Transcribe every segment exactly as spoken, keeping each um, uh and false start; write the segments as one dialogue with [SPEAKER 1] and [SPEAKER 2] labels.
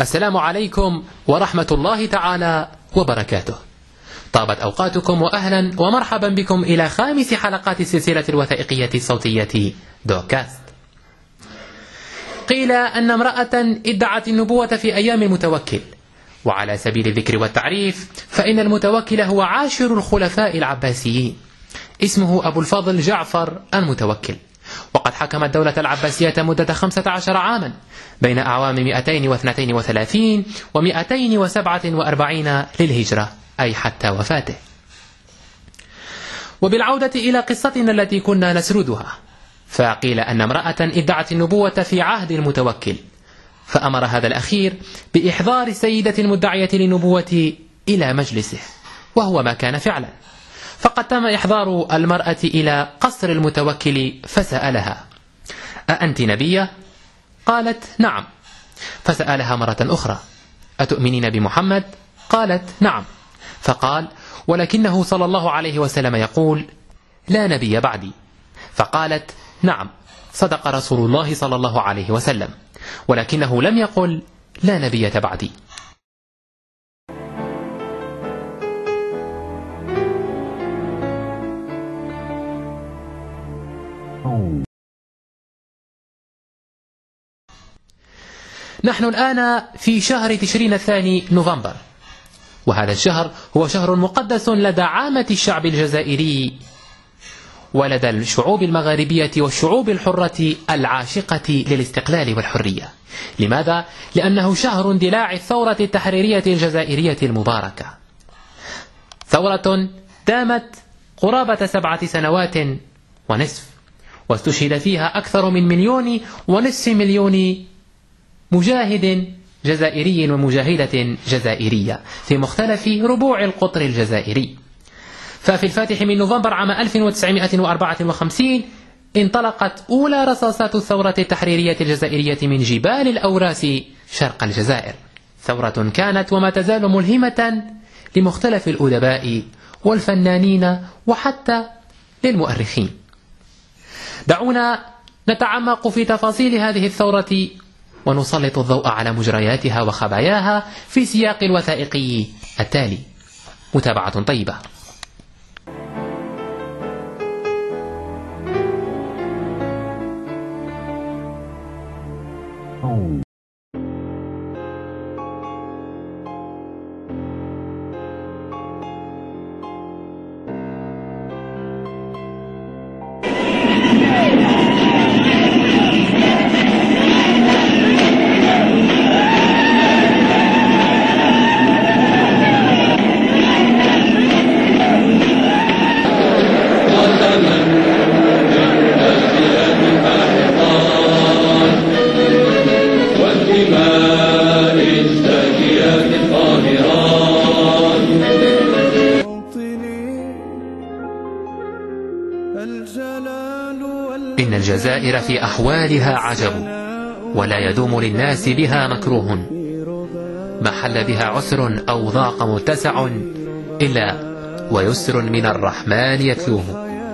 [SPEAKER 1] السلام عليكم ورحمة الله تعالى وبركاته. طابت أوقاتكم وأهلا ومرحبا بكم إلى خامس حلقات السلسلة الوثائقية الصوتية دوكاست. قيل أن امرأة ادعت النبوة في أيام المتوكل، وعلى سبيل الذكر والتعريف فإن المتوكل هو عاشر الخلفاء العباسيين، اسمه أبو الفضل جعفر المتوكل، وقد حكم الدولة العباسية مدة خمسة عشر عاما بين أعوام مئتين واثنتين وثلاثين ومئتين وسبعة وأربعين للهجرة، أي حتى وفاته. وبالعودة إلى قصتنا التي كنا نسردها، فقيل أن امرأة ادعت النبوة في عهد المتوكل، فأمر هذا الأخير بإحضار السيدة المدعية للنبوة إلى مجلسه، وهو ما كان فعلا. فقد تم إحضار المرأة إلى قصر المتوكل فسألها: أأنت نبية؟ قالت: نعم. فسألها مرة أخرى: أتؤمنين بمحمد؟ قالت: نعم. فقال: ولكنه صلى الله عليه وسلم يقول: لا نبي بعدي. فقالت: نعم، صدق رسول الله صلى الله عليه وسلم، ولكنه لم يقل لا نبي بعدي. نحن الآن في شهر تشرين الثاني نوفمبر، وهذا الشهر هو شهر مقدس لدى عامة الشعب الجزائري ولدى الشعوب المغاربية والشعوب الحرة العاشقة للاستقلال والحرية. لماذا؟ لأنه شهر اندلاع الثورة التحريرية الجزائرية المباركة، ثورة دامت قرابة سبعة سنوات ونصف، واستشهد فيها أكثر من مليون ونصف مليون مجاهد جزائري ومجاهدة جزائرية في مختلف ربوع القطر الجزائري. ففي الفاتح من نوفمبر عام ألف وتسعمئة وأربعة وخمسين انطلقت أولى رصاصات الثورة التحريرية الجزائرية من جبال الأوراس شرق الجزائر، ثورة كانت وما تزال ملهمة لمختلف الأدباء والفنانين وحتى للمؤرخين. دعونا نتعمق في تفاصيل هذه الثورة ونسلط الضوء على مجرياتها وخباياها في سياق الوثائقي التالي. متابعة طيبة. إن الجزائر في أحوالها عجب، ولا يدوم للناس بها مكروه، ما حل بها عسر أو ضاق متسع، إلا ويسر من الرحمن يتلوه.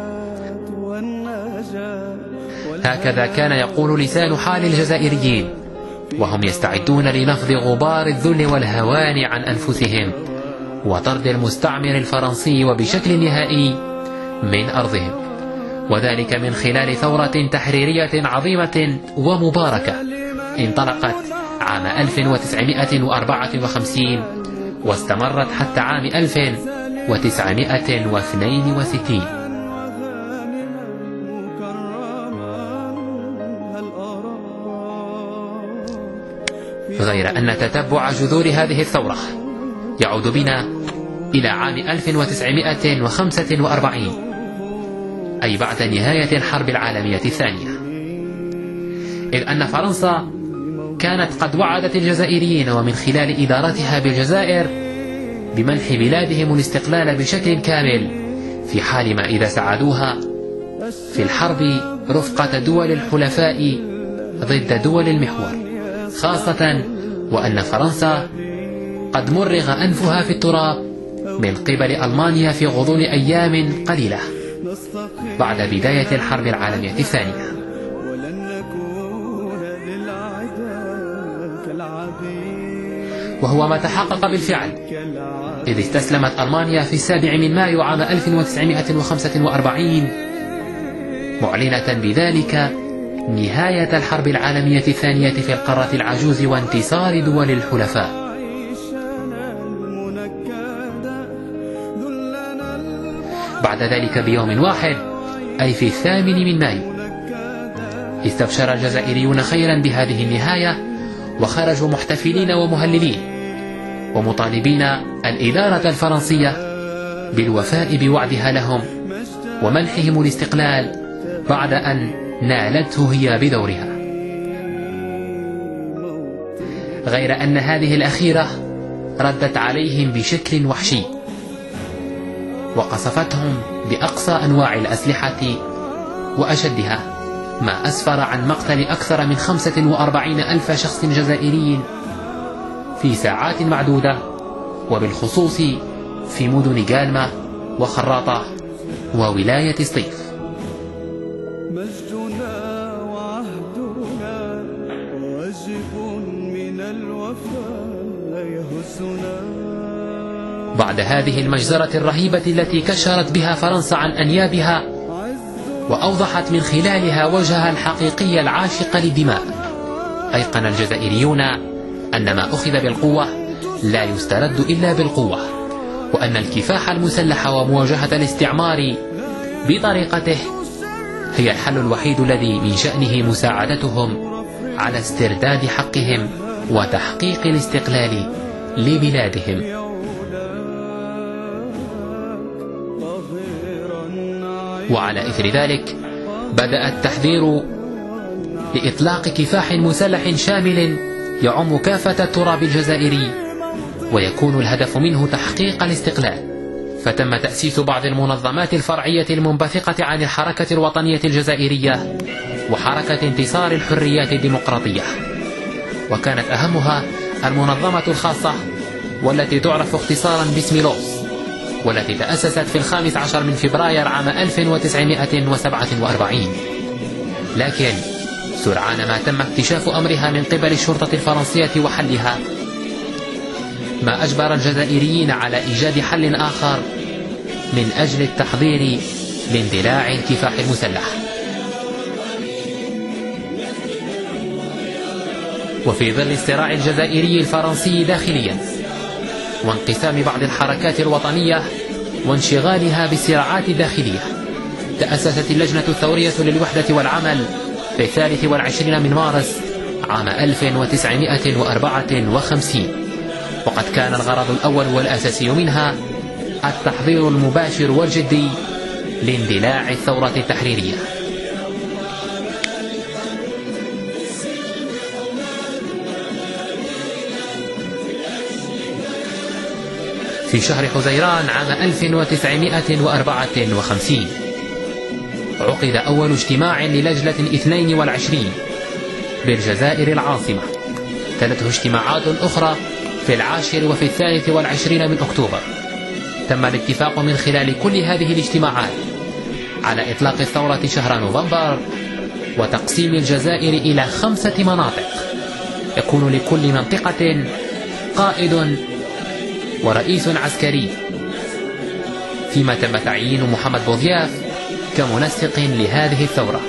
[SPEAKER 1] هكذا كان يقول لسان حال الجزائريين وهم يستعدون لنفض غبار الذل والهوان عن أنفسهم وطرد المستعمر الفرنسي وبشكل نهائي من أرضهم، وذلك من خلال ثورة تحريرية عظيمة ومباركة انطلقت عام ألف وتسعمئة وأربعة وخمسين واستمرت حتى عام ألف وتسعمئة واثنين وستين. غير أن تتبع جذور هذه الثورة يعود بنا إلى عام ألف وتسعمئة وخمسة وأربعين، أي بعد نهاية الحرب العالمية الثانية، إذ أن فرنسا كانت قد وعدت الجزائريين ومن خلال إدارتها بالجزائر بمنح بلادهم الاستقلال بشكل كامل في حال ما إذا ساعدوها في الحرب رفقة دول الحلفاء ضد دول المحور، خاصة وأن فرنسا قد مرغ أنفها في التراب من قبل ألمانيا في غضون أيام قليلة بعد بداية الحرب العالمية الثانية.
[SPEAKER 2] ولن نكون للعدا كالعبيد
[SPEAKER 1] وهو ما تحقق بالفعل، إذ استسلمت ألمانيا في السابع من مايو عام ألف وتسعمائة وخمسة وأربعين، معلنة بذلك نهاية الحرب العالمية الثانية في القارة العجوز وانتصار دول الحلفاء. بعد ذلك بيوم واحد، أي في الثامن من مايو، استبشر الجزائريون خيرا بهذه النهاية، وخرجوا محتفلين ومهللين ومطالبين الإدارة الفرنسية بالوفاء بوعدها لهم ومنحهم الاستقلال بعد أن نالته هي بدورها. غير أن هذه الأخيرة ردت عليهم بشكل وحشي، وقصفتهم بأقصى أنواع الأسلحة وأشدها، ما أسفر عن مقتل أكثر من خمسة وأربعين ألف شخص جزائري في ساعات معدودة، وبالخصوص في مدن جالمة وخراطة وولاية سطيف. مجدنا وعهدنا واجب من الوفاء يهزنا. بعد هذه المجزرة الرهيبة التي كشرت بها فرنسا عن أنيابها، وأوضحت من خلالها وجهها الحقيقي العاشق للدماء، أيقن الجزائريون أن ما أخذ بالقوة لا يسترد إلا بالقوة، وأن الكفاح المسلح ومواجهة الاستعمار بطريقته هي الحل الوحيد الذي من شأنه مساعدتهم على استرداد حقهم وتحقيق الاستقلال لبلادهم. وعلى إثر ذلك بدأ التحذير لإطلاق كفاح مسلح شامل يعم كافة التراب الجزائري، ويكون الهدف منه تحقيق الاستقلال. فتم تأسيس بعض المنظمات الفرعية المنبثقة عن الحركة الوطنية الجزائرية وحركة انتصار الحريات الديمقراطية، وكانت أهمها المنظمة الخاصة والتي تعرف اختصارا باسم لوس، والتي تأسست في الخامس عشر من فبراير عام ألف وتسعمائة وسبعة وأربعين. لكن سرعان ما تم اكتشاف أمرها من قبل الشرطة الفرنسية وحلها، ما أجبر الجزائريين على إيجاد حل آخر من أجل التحضير لاندلاع الكفاح المسلح. وفي ظل الصراع الجزائري الفرنسي داخليا وانقسام بعض الحركات الوطنية وانشغالها بالصراعات الداخلية، تأسست اللجنة الثورية للوحدة والعمل في الثالث والعشرين من مارس عام ألف وتسعمائة وأربعة وخمسين، وقد كان الغرض الأول والأساسي منها التحضير المباشر والجدي لاندلاع الثورة التحريرية. في شهر حزيران عام ألف وتسعمائة وأربعة وخمسين عقد أول اجتماع للجنة الاثنين والعشرين بالجزائر العاصمة. تلته اجتماعات أخرى في العاشر وفي الثالث والعشرين من أكتوبر. تم الاتفاق من خلال كل هذه الاجتماعات على إطلاق الثورة شهر نوفمبر، وتقسيم الجزائر إلى خمسة مناطق يكون لكل منطقة قائد ورئيس عسكري، فيما تم تعيين محمد بوضياف كمنسق لهذه الثورة.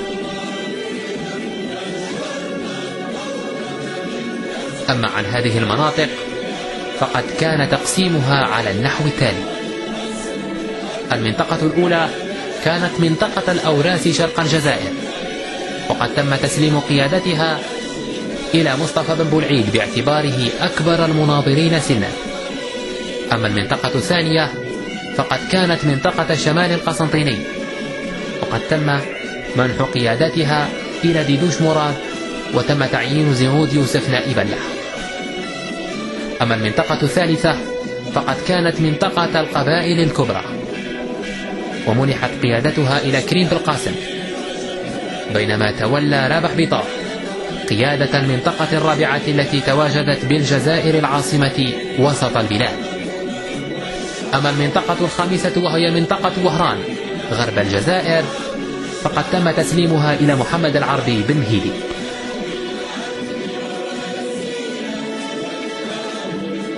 [SPEAKER 1] أما عن هذه المناطق فقد كان تقسيمها على النحو التالي: المنطقة الأولى كانت منطقة الأوراس شرق الجزائر، وقد تم تسليم قيادتها إلى مصطفى بن بولعيد باعتباره أكبر المناضلين سنا. أما المنطقة الثانية فقد كانت منطقة شمال القسنطيني، وقد تم منح قيادتها إلى ديدوش مراد، وتم تعيين زيغود يوسف نائبا له. أما المنطقة الثالثة فقد كانت منطقة القبائل الكبرى، ومنحت قيادتها إلى كريم بالقاسم، بينما تولى رابح بيطار قيادة المنطقة الرابعة التي تواجدت بالجزائر العاصمة وسط البلاد. أما المنطقة الخامسة وهي منطقة وهران غرب الجزائر فقد تم تسليمها إلى محمد العربي بن مهيدي.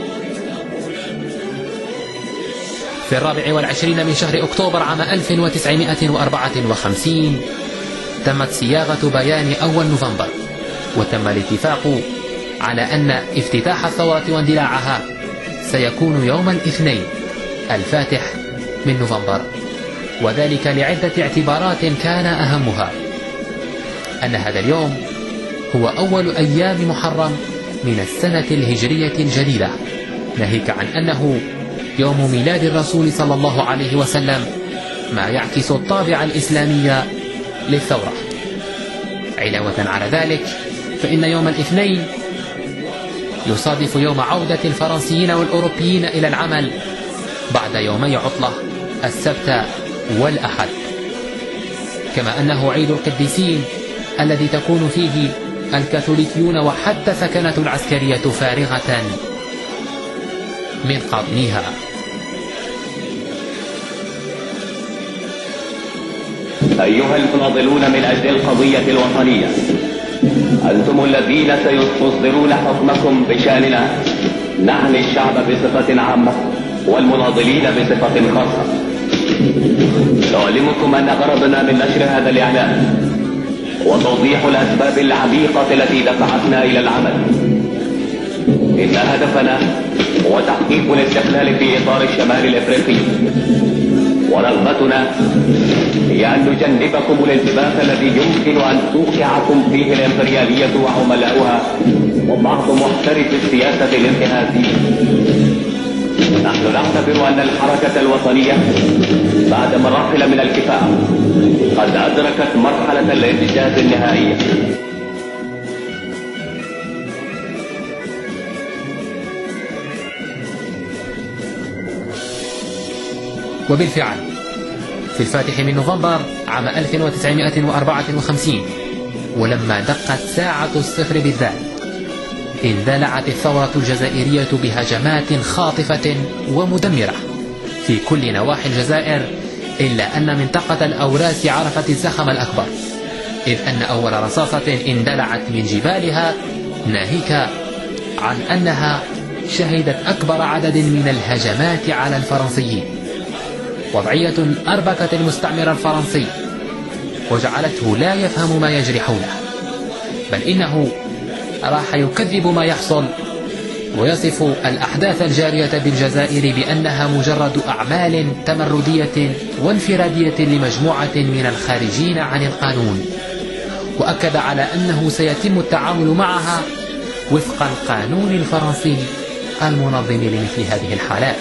[SPEAKER 1] في الرابع والعشرين من شهر أكتوبر عام ألف وتسعمائة وأربعة وخمسين تمت صياغة بيان أول نوفمبر، وتم الاتفاق على أن افتتاح الثورة واندلاعها سيكون يوم الاثنين الفاتح من نوفمبر، وذلك لعدة اعتبارات كان أهمها أن هذا اليوم هو أول أيام محرم من السنة الهجرية الجديدة، ناهيك عن أنه يوم ميلاد الرسول صلى الله عليه وسلم، ما يعكس الطابع الإسلامي للثورة. علاوة على ذلك فإن يوم الاثنين يصادف يوم عودة الفرنسيين والأوروبيين إلى العمل بعد يومي عطلة السبت والأحد، كما أنه عيد القديسين الذي تكون فيه الكاثوليكيون وحتى سكنة العسكرية فارغة من قاطنيها.
[SPEAKER 2] أيها المناضلون من أجل القضية الوطنية، أنتم الذين سيصدرون حكمكم بشأننا نحن الشعب بصفة عامة والمناضلين بصفة خاصة. نعلمكم أن غرضنا من نشر هذا الإعلان وتوضيح الأسباب العميقة التي دفعتنا إلى العمل. إن هدفنا هو تحقيق الاستقلال في إطار الشمال الإفريقي، ورغبتنا هي أن نجنبكم الالتباس الذي يمكن أن توقعكم فيه الإمبريالية وعملاؤها وبعض محترف السياسة الانتهازية. نحن نعتبر أن الحركة الوطنية بعد مراحل من الكفاح قد أدركت مرحلة الإنجاز النهائية.
[SPEAKER 1] وبالفعل في الفاتح من نوفمبر عام ألف وتسعمائة وأربعة وخمسين، ولما دقت ساعة الصفر بالذات، اندلعت الثورة الجزائرية بهجمات خاطفة ومدمرة في كل نواحي الجزائر، إلا أن منطقة الأوراس عرفت الزخم الأكبر، إذ أن أول رصاصة اندلعت من جبالها، ناهيك عن أنها شهدت أكبر عدد من الهجمات على الفرنسيين. وضعية أربكت المستعمر الفرنسي وجعلته لا يفهم ما يجري حوله، بل إنه راح يكذب ما يحصل ويصف الأحداث الجارية بالجزائر بأنها مجرد أعمال تمردية وانفرادية لمجموعة من الخارجين عن القانون، وأكد على أنه سيتم التعامل معها وفق القانون الفرنسي المنظم لمثل هذه الحالات.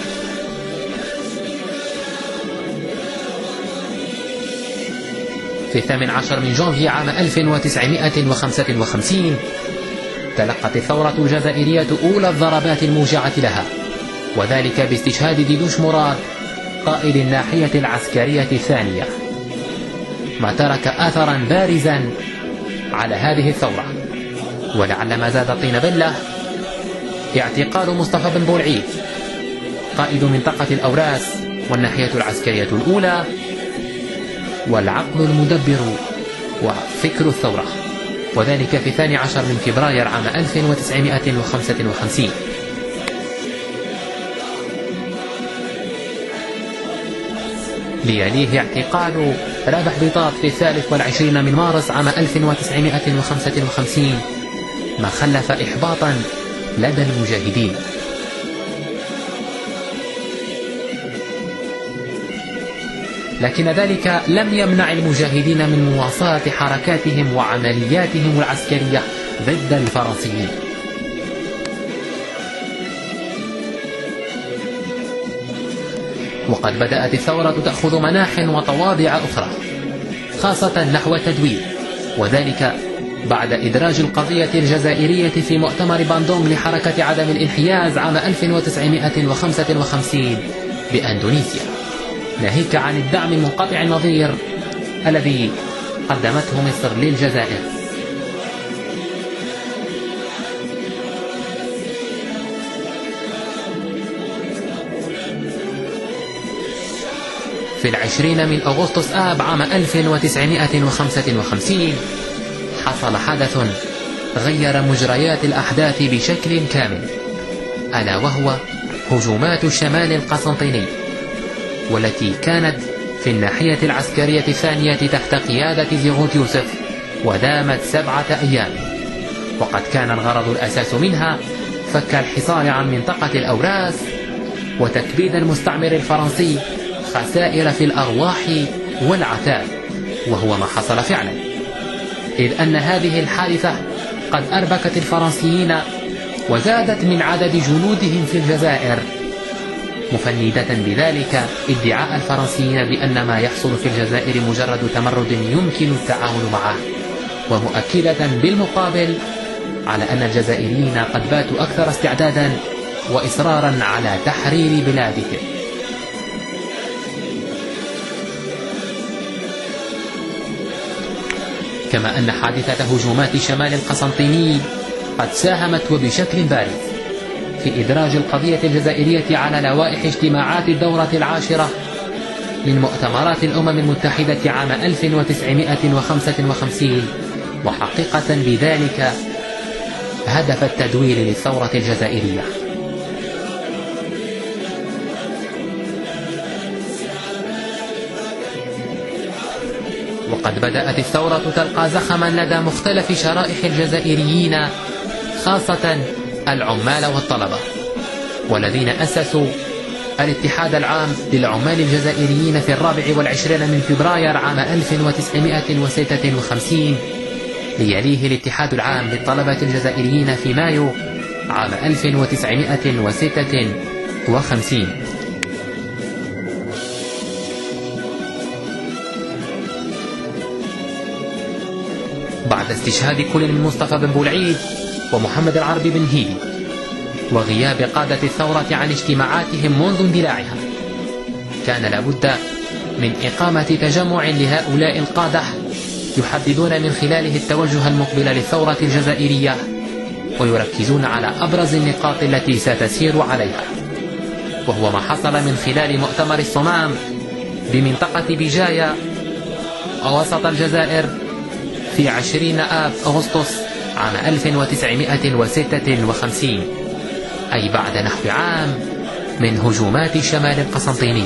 [SPEAKER 1] في الثامن عشر من جانفي عام ألف وتسعمائة وخمسة وخمسين تلقت الثورة الجزائرية أولى الضربات الموجعة لها، وذلك باستشهاد ديدوش مراد قائد الناحية العسكرية الثانية، ما ترك أثرا بارزا على هذه الثورة. ولعل ما زاد الطين بلة اعتقال مصطفى بن بولعيد قائد منطقة الأوراس والناحية العسكرية الأولى، والعقل المدبر وفكر الثورة، وذلك في الثاني عشر من فبراير عام ألف وتسعمائة وخمسة وخمسين. ليليه اعتقال رابح بطاط في الثالث والعشرين من مارس عام ألف وتسعمائة وخمسة وخمسين، ما خلف إحباطا لدى المجاهدين. لكن ذلك لم يمنع المجاهدين من مواصلة حركاتهم وعملياتهم العسكرية ضد الفرنسيين. وقد بدأت الثورة تأخذ مناح وطوابع أخرى، خاصة نحو التدوير، وذلك بعد إدراج القضية الجزائرية في مؤتمر باندونغ لحركة عدم الانحياز عام ألف وتسعمائة وخمسة وخمسين بأندونيسيا، ناهيك عن الدعم المنقطع النظير الذي قدمته مصر للجزائر. في العشرين من أغسطس آب عام ألف وتسعمائة وخمسة وخمسين حصل حدث غير مجريات الأحداث بشكل كامل، ألا وهو هجومات الشمال القسنطيني والتي كانت في الناحية العسكرية الثانية تحت قيادة زيغوت يوسف، ودامت سبعة أيام. وقد كان الغرض الأساس منها فك الحصار عن منطقة الأوراس وتكبيد المستعمر الفرنسي خسائر في الأرواح والعتاد، وهو ما حصل فعلا، إذ أن هذه الحادثة قد أربكت الفرنسيين وزادت من عدد جنودهم في الجزائر، مفندة بذلك ادعاء الفرنسيين بأن ما يحصل في الجزائر مجرد تمرد يمكن التعامل معه، ومؤكدة بالمقابل على أن الجزائريين قد باتوا أكثر استعدادا وإصرارا على تحرير بلادهم. كما أن حادثة هجومات شمال القسنطيني قد ساهمت وبشكل بارز في إدراج القضية الجزائرية على لوائح اجتماعات الدورة العاشرة من مؤتمرات الأمم المتحدة عام ألف وتسعمائة وخمسة وخمسين، وحقيقة بذلك هدف التدوير للثورة الجزائرية. وقد بدأت الثورة تلقى زخما لدى مختلف شرائح الجزائريين، خاصة العمال والطلبة، والذين أسسوا الاتحاد العام للعمال الجزائريين في الرابع والعشرين من فبراير عام ألف وتسعمائة وستة وخمسين، ليليه الاتحاد العام للطلبة الجزائريين في مايو عام ألف وتسعمائة وستة وخمسين. بعد استشهاد كل من مصطفى بن بولعيد ومحمد العربي بن هيدي وغياب قادة الثورة عن اجتماعاتهم منذ اندلاعها، كان لابد من إقامة تجمع لهؤلاء القادة يحددون من خلاله التوجه المقبل للثورة الجزائرية، ويركزون على أبرز النقاط التي ستسير عليها، وهو ما حصل من خلال مؤتمر الصمام بمنطقة بجاية وسط الجزائر في عشرين آب أغسطس عام ألف وتسعمائة وستة وخمسين، أي بعد نحو عام من هجومات شمال القسنطيني.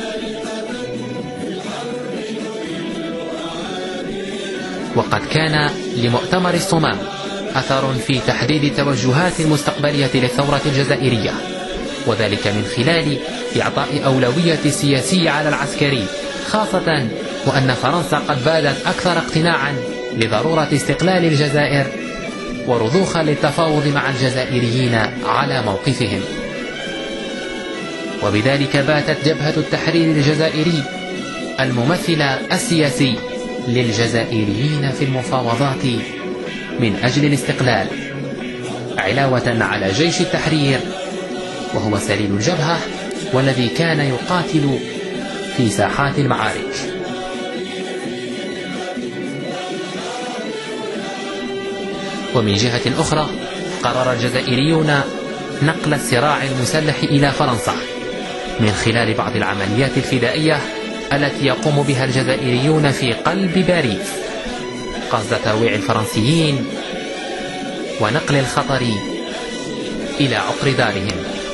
[SPEAKER 1] وقد كان لمؤتمر الصمام أثر في تحديد التوجهات المستقبلية للثورة الجزائرية، وذلك من خلال إعطاء أولوية السياسي على العسكري، خاصة وأن فرنسا قد بادت أكثر اقتناعا لضرورة استقلال الجزائر ورضوخا للتفاوض مع الجزائريين على موقفهم. وبذلك باتت جبهة التحرير الجزائري الممثل السياسي للجزائريين في المفاوضات من أجل الاستقلال، علاوة على جيش التحرير وهو سليل الجبهة والذي كان يقاتل في ساحات المعارك. ومن جهة أخرى قرر الجزائريون نقل الصراع المسلح إلى فرنسا من خلال بعض العمليات الفدائية التي يقوم بها الجزائريون في قلب باريس، قصد ترويع الفرنسيين ونقل الخطر إلى عقر دارهم.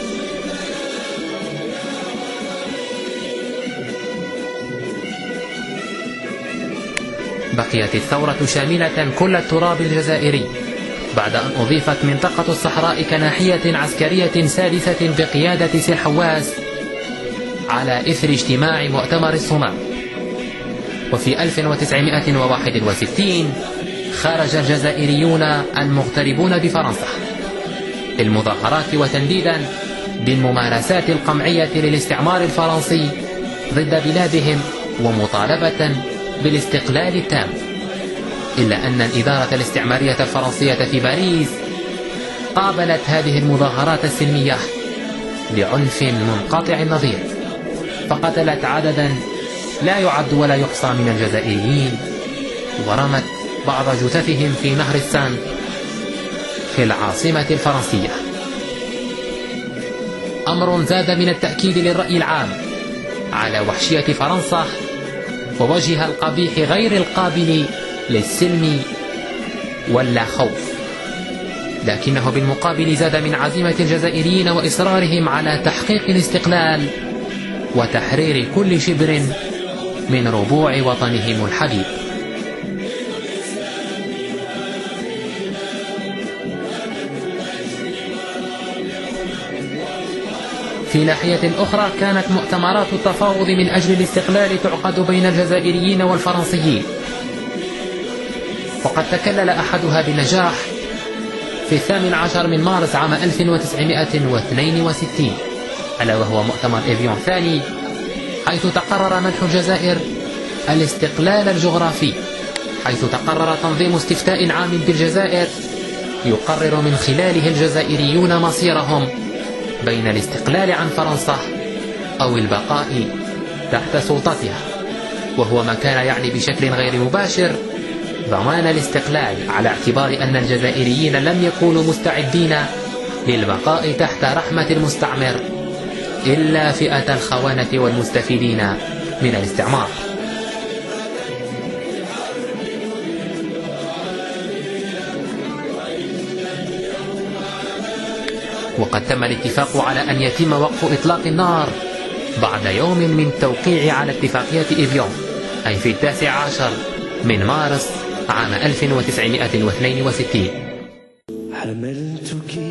[SPEAKER 1] بقيت الثورة شاملة كل التراب الجزائري بعد أن أضيفت منطقة الصحراء كناحية عسكرية سادسة بقيادة سي حواس على إثر اجتماع مؤتمر الصمام. وفي ألف وتسعمائة وواحد وستين خرج الجزائريون المغتربون بفرنسا للمظاهرات وتنديدا بالممارسات القمعية للاستعمار الفرنسي ضد بلادهم ومطالبة بالاستقلال التام، إلا أن الإدارة الاستعمارية الفرنسية في باريس قابلت هذه المظاهرات السلمية بعنف منقطع النظير، فقتلت عددا لا يعد ولا يحصى من الجزائريين، ورمت بعض جثثهم في نهر السان في العاصمة الفرنسية. أمر زاد من التأكيد للرأي العام على وحشية فرنسا ووجهها القبيح غير القابل للسلم ولا خوف، لكنه بالمقابل زاد من عزيمة الجزائريين وإصرارهم على تحقيق الاستقلال وتحرير كل شبر من ربوع وطنهم الحبيب. في ناحية أخرى كانت مؤتمرات التفاوض من أجل الاستقلال تعقد بين الجزائريين والفرنسيين، وقد تكلل أحدها بنجاح في الثامن عشر من مارس عام ألف وتسعمائة واثنين وستين، ألا وهو مؤتمر إيفيون الثاني، حيث تقرر منح الجزائر الاستقلال الجغرافي، حيث تقرر تنظيم استفتاء عام بالجزائر يقرر من خلاله الجزائريون مصيرهم بين الاستقلال عن فرنسا أو البقاء تحت سلطتها، وهو ما كان يعني بشكل غير مباشر ضمان الاستقلال، على اعتبار أن الجزائريين لم يكونوا مستعدين للبقاء تحت رحمة المستعمر إلا فئة الخونة والمستفيدين من الاستعمار. وقد تم الاتفاق على أن يتم وقف إطلاق النار بعد يوم من التوقيع على اتفاقية إيفيون، أي في التاسع عشر من مارس عام ألف وتسعمائة واثنين وستين.
[SPEAKER 3] حملتك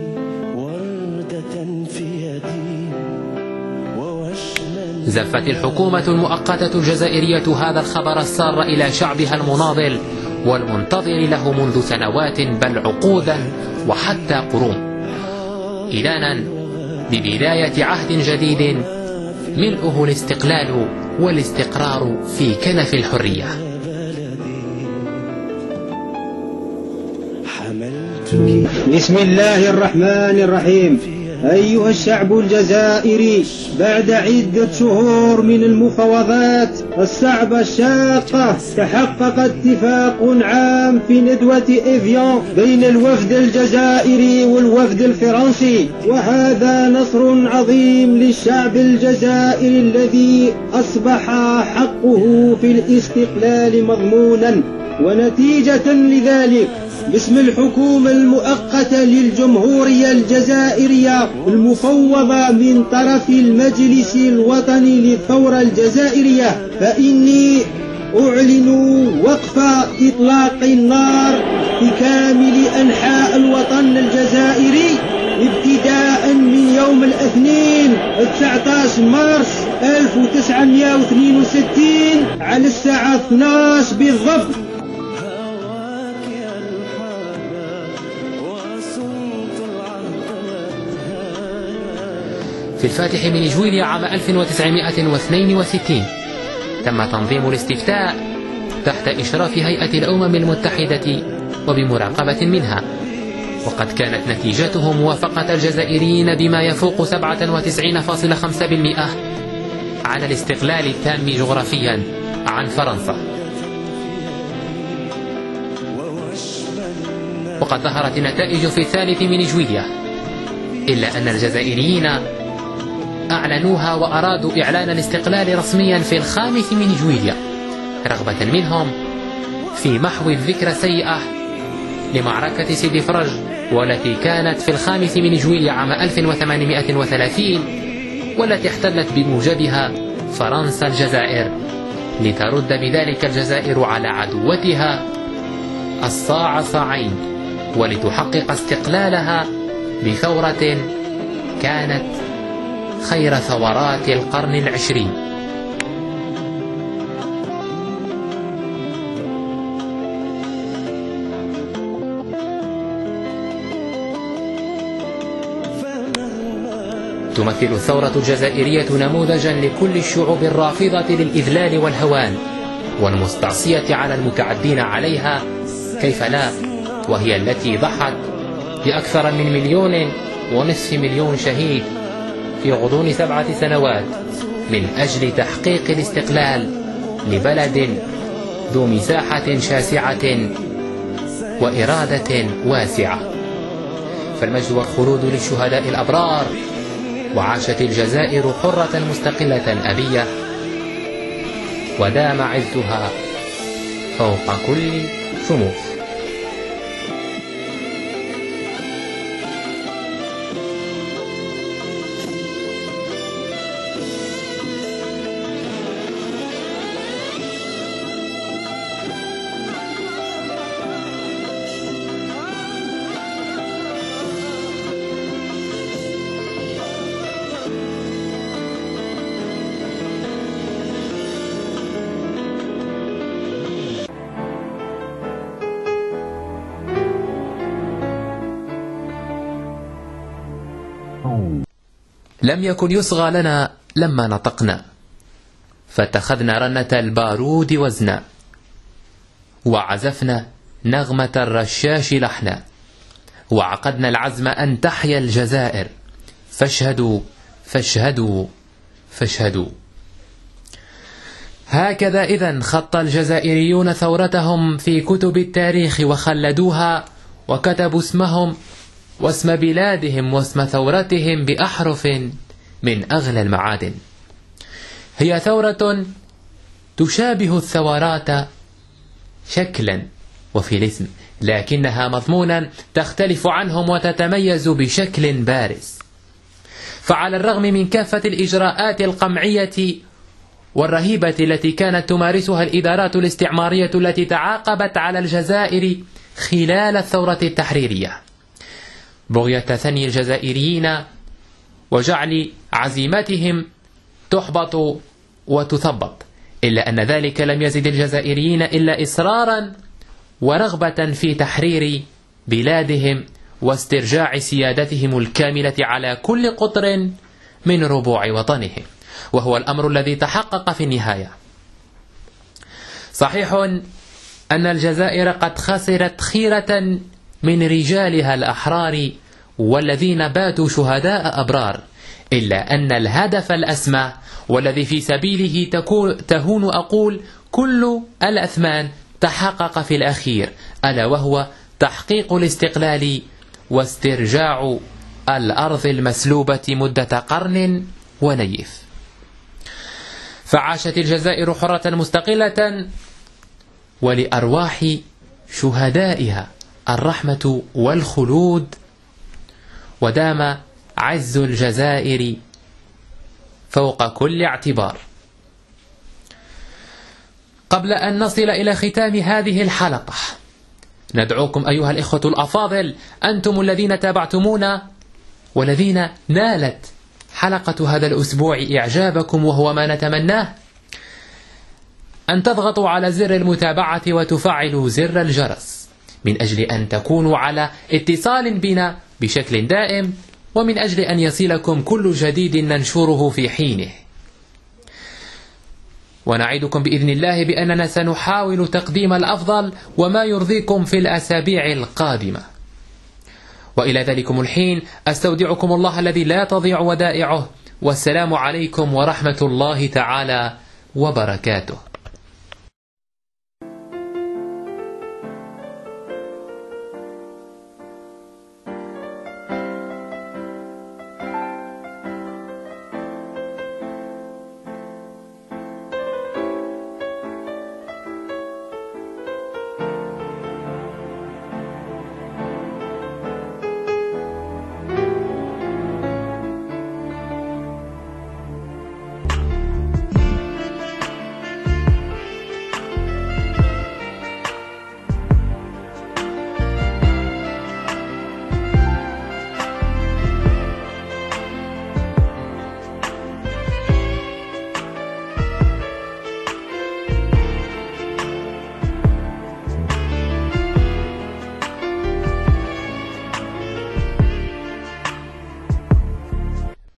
[SPEAKER 3] وردة في يدي ووشما.
[SPEAKER 1] زفت الحكومة المؤقتة الجزائرية هذا الخبر السار إلى شعبها المناضل والمنتظر له منذ سنوات بل عقودا وحتى قرون، إعلانا ببداية عهد جديد ملؤه الاستقلال والاستقرار في كنف الحرية.
[SPEAKER 4] بسم الله الرحمن الرحيم. أيها الشعب الجزائري، بعد عدة شهور من المفاوضات الصعبة الشاقة تحقق اتفاق عام في ندوة إيفيون بين الوفد الجزائري والوفد الفرنسي، وهذا نصر عظيم للشعب الجزائري الذي أصبح حقه في الاستقلال مضمونا. ونتيجة لذلك، باسم الحكومة المؤقتة للجمهورية الجزائرية المفوضة من طرف المجلس الوطني للثورة الجزائرية، فإني أعلن وقف إطلاق النار في كامل أنحاء الوطن الجزائري ابتداء من يوم الاثنين تسعة عشر مارس ألف وتسعمائة واثنين وستين على الساعة اثنتي عشرة بالضبط.
[SPEAKER 1] في الفاتح من جويلية عام ألف وتسعمائة واثنين وستين تم تنظيم الاستفتاء تحت إشراف هيئة الأمم المتحدة وبمراقبة منها، وقد كانت نتيجته موافقة الجزائريين بما يفوق سبعة وتسعين فاصلة خمسة بالمئة على الاستقلال التام جغرافيا عن فرنسا. وقد ظهرت النتائج في الثالث من جويلية، إلا أن الجزائريين أعلنوها وأرادوا إعلان الاستقلال رسميا في الخامس من جويلية، رغبة منهم في محو الذكرى السيئة لمعركة سيدي فرج، والتي كانت في الخامس من جويلية عام ألف وثمانمائة وثلاثين، والتي احتلت بموجبها فرنسا الجزائر، لترد بذلك الجزائر على عدوتها الصاع صاعين، ولتحقق استقلالها بثورة كانت خير ثورات القرن العشرين. تمثل الثورة الجزائرية نموذجا لكل الشعوب الرافضة للإذلال والهوان والمستعصية على المتعدين عليها، كيف لا، وهي التي ضحت بأكثر من مليون ونصف مليون شهيد في غضون سبعة سنوات من أجل تحقيق الاستقلال لبلد ذو مساحة شاسعة وإرادة واسعة. فالمجد والخلود للشهداء الأبرار، وعاشت الجزائر حرة مستقلة أبية، ودام عزها فوق كل شموخ. لم يكن يصغى لنا لما نطقنا، فاتخذنا رنة البارود وزنا، وعزفنا نغمة الرشاش لحنا، وعقدنا العزم أن تحيا الجزائر، فاشهدوا فاشهدوا فاشهدوا. هكذا إذن خط الجزائريون ثورتهم في كتب التاريخ وخلدوها، وكتبوا اسمهم واسم بلادهم واسم ثورتهم بأحرف من أغلى المعادن. هي ثورة تشابه الثورات شكلا وفي الاسم، لكنها مضمونا تختلف عنهم وتتميز بشكل بارز. فعلى الرغم من كافة الإجراءات القمعية والرهيبة التي كانت تمارسها الإدارات الاستعمارية التي تعاقبت على الجزائر خلال الثورة التحريرية، بغية ثني الجزائريين وجعل عزيمتهم تحبط وتثبط، إلا أن ذلك لم يزد الجزائريين إلا إصرارا ورغبة في تحرير بلادهم واسترجاع سيادتهم الكاملة على كل قطر من ربوع وطنهم، وهو الأمر الذي تحقق في النهاية. صحيح أن الجزائر قد خسرت خيرة من رجالها الأحرار والذين باتوا شهداء أبرار، إلا أن الهدف الأسمى والذي في سبيله تهون أقول كل الأثمان تحقق في الأخير، ألا وهو تحقيق الاستقلال واسترجاع الأرض المسلوبة مدة قرن ونيف. فعاشت الجزائر حرة مستقلة، ولأرواح شهدائها الرحمة والخلود، ودام عز الجزائر فوق كل اعتبار. قبل أن نصل إلى ختام هذه الحلقة، ندعوكم أيها الإخوة الأفاضل، أنتم الذين تابعتمونا والذين نالت حلقة هذا الأسبوع إعجابكم وهو ما نتمناه، أن تضغطوا على زر المتابعة وتفعلوا زر الجرس من أجل أن تكونوا على اتصال بنا بشكل دائم، ومن أجل أن يصلكم كل جديد ننشره في حينه. ونعدكم بإذن الله بأننا سنحاول تقديم الأفضل وما يرضيكم في الأسابيع القادمة. وإلى ذلكم الحين أستودعكم الله الذي لا تضيع ودائعه، والسلام عليكم ورحمة الله تعالى وبركاته.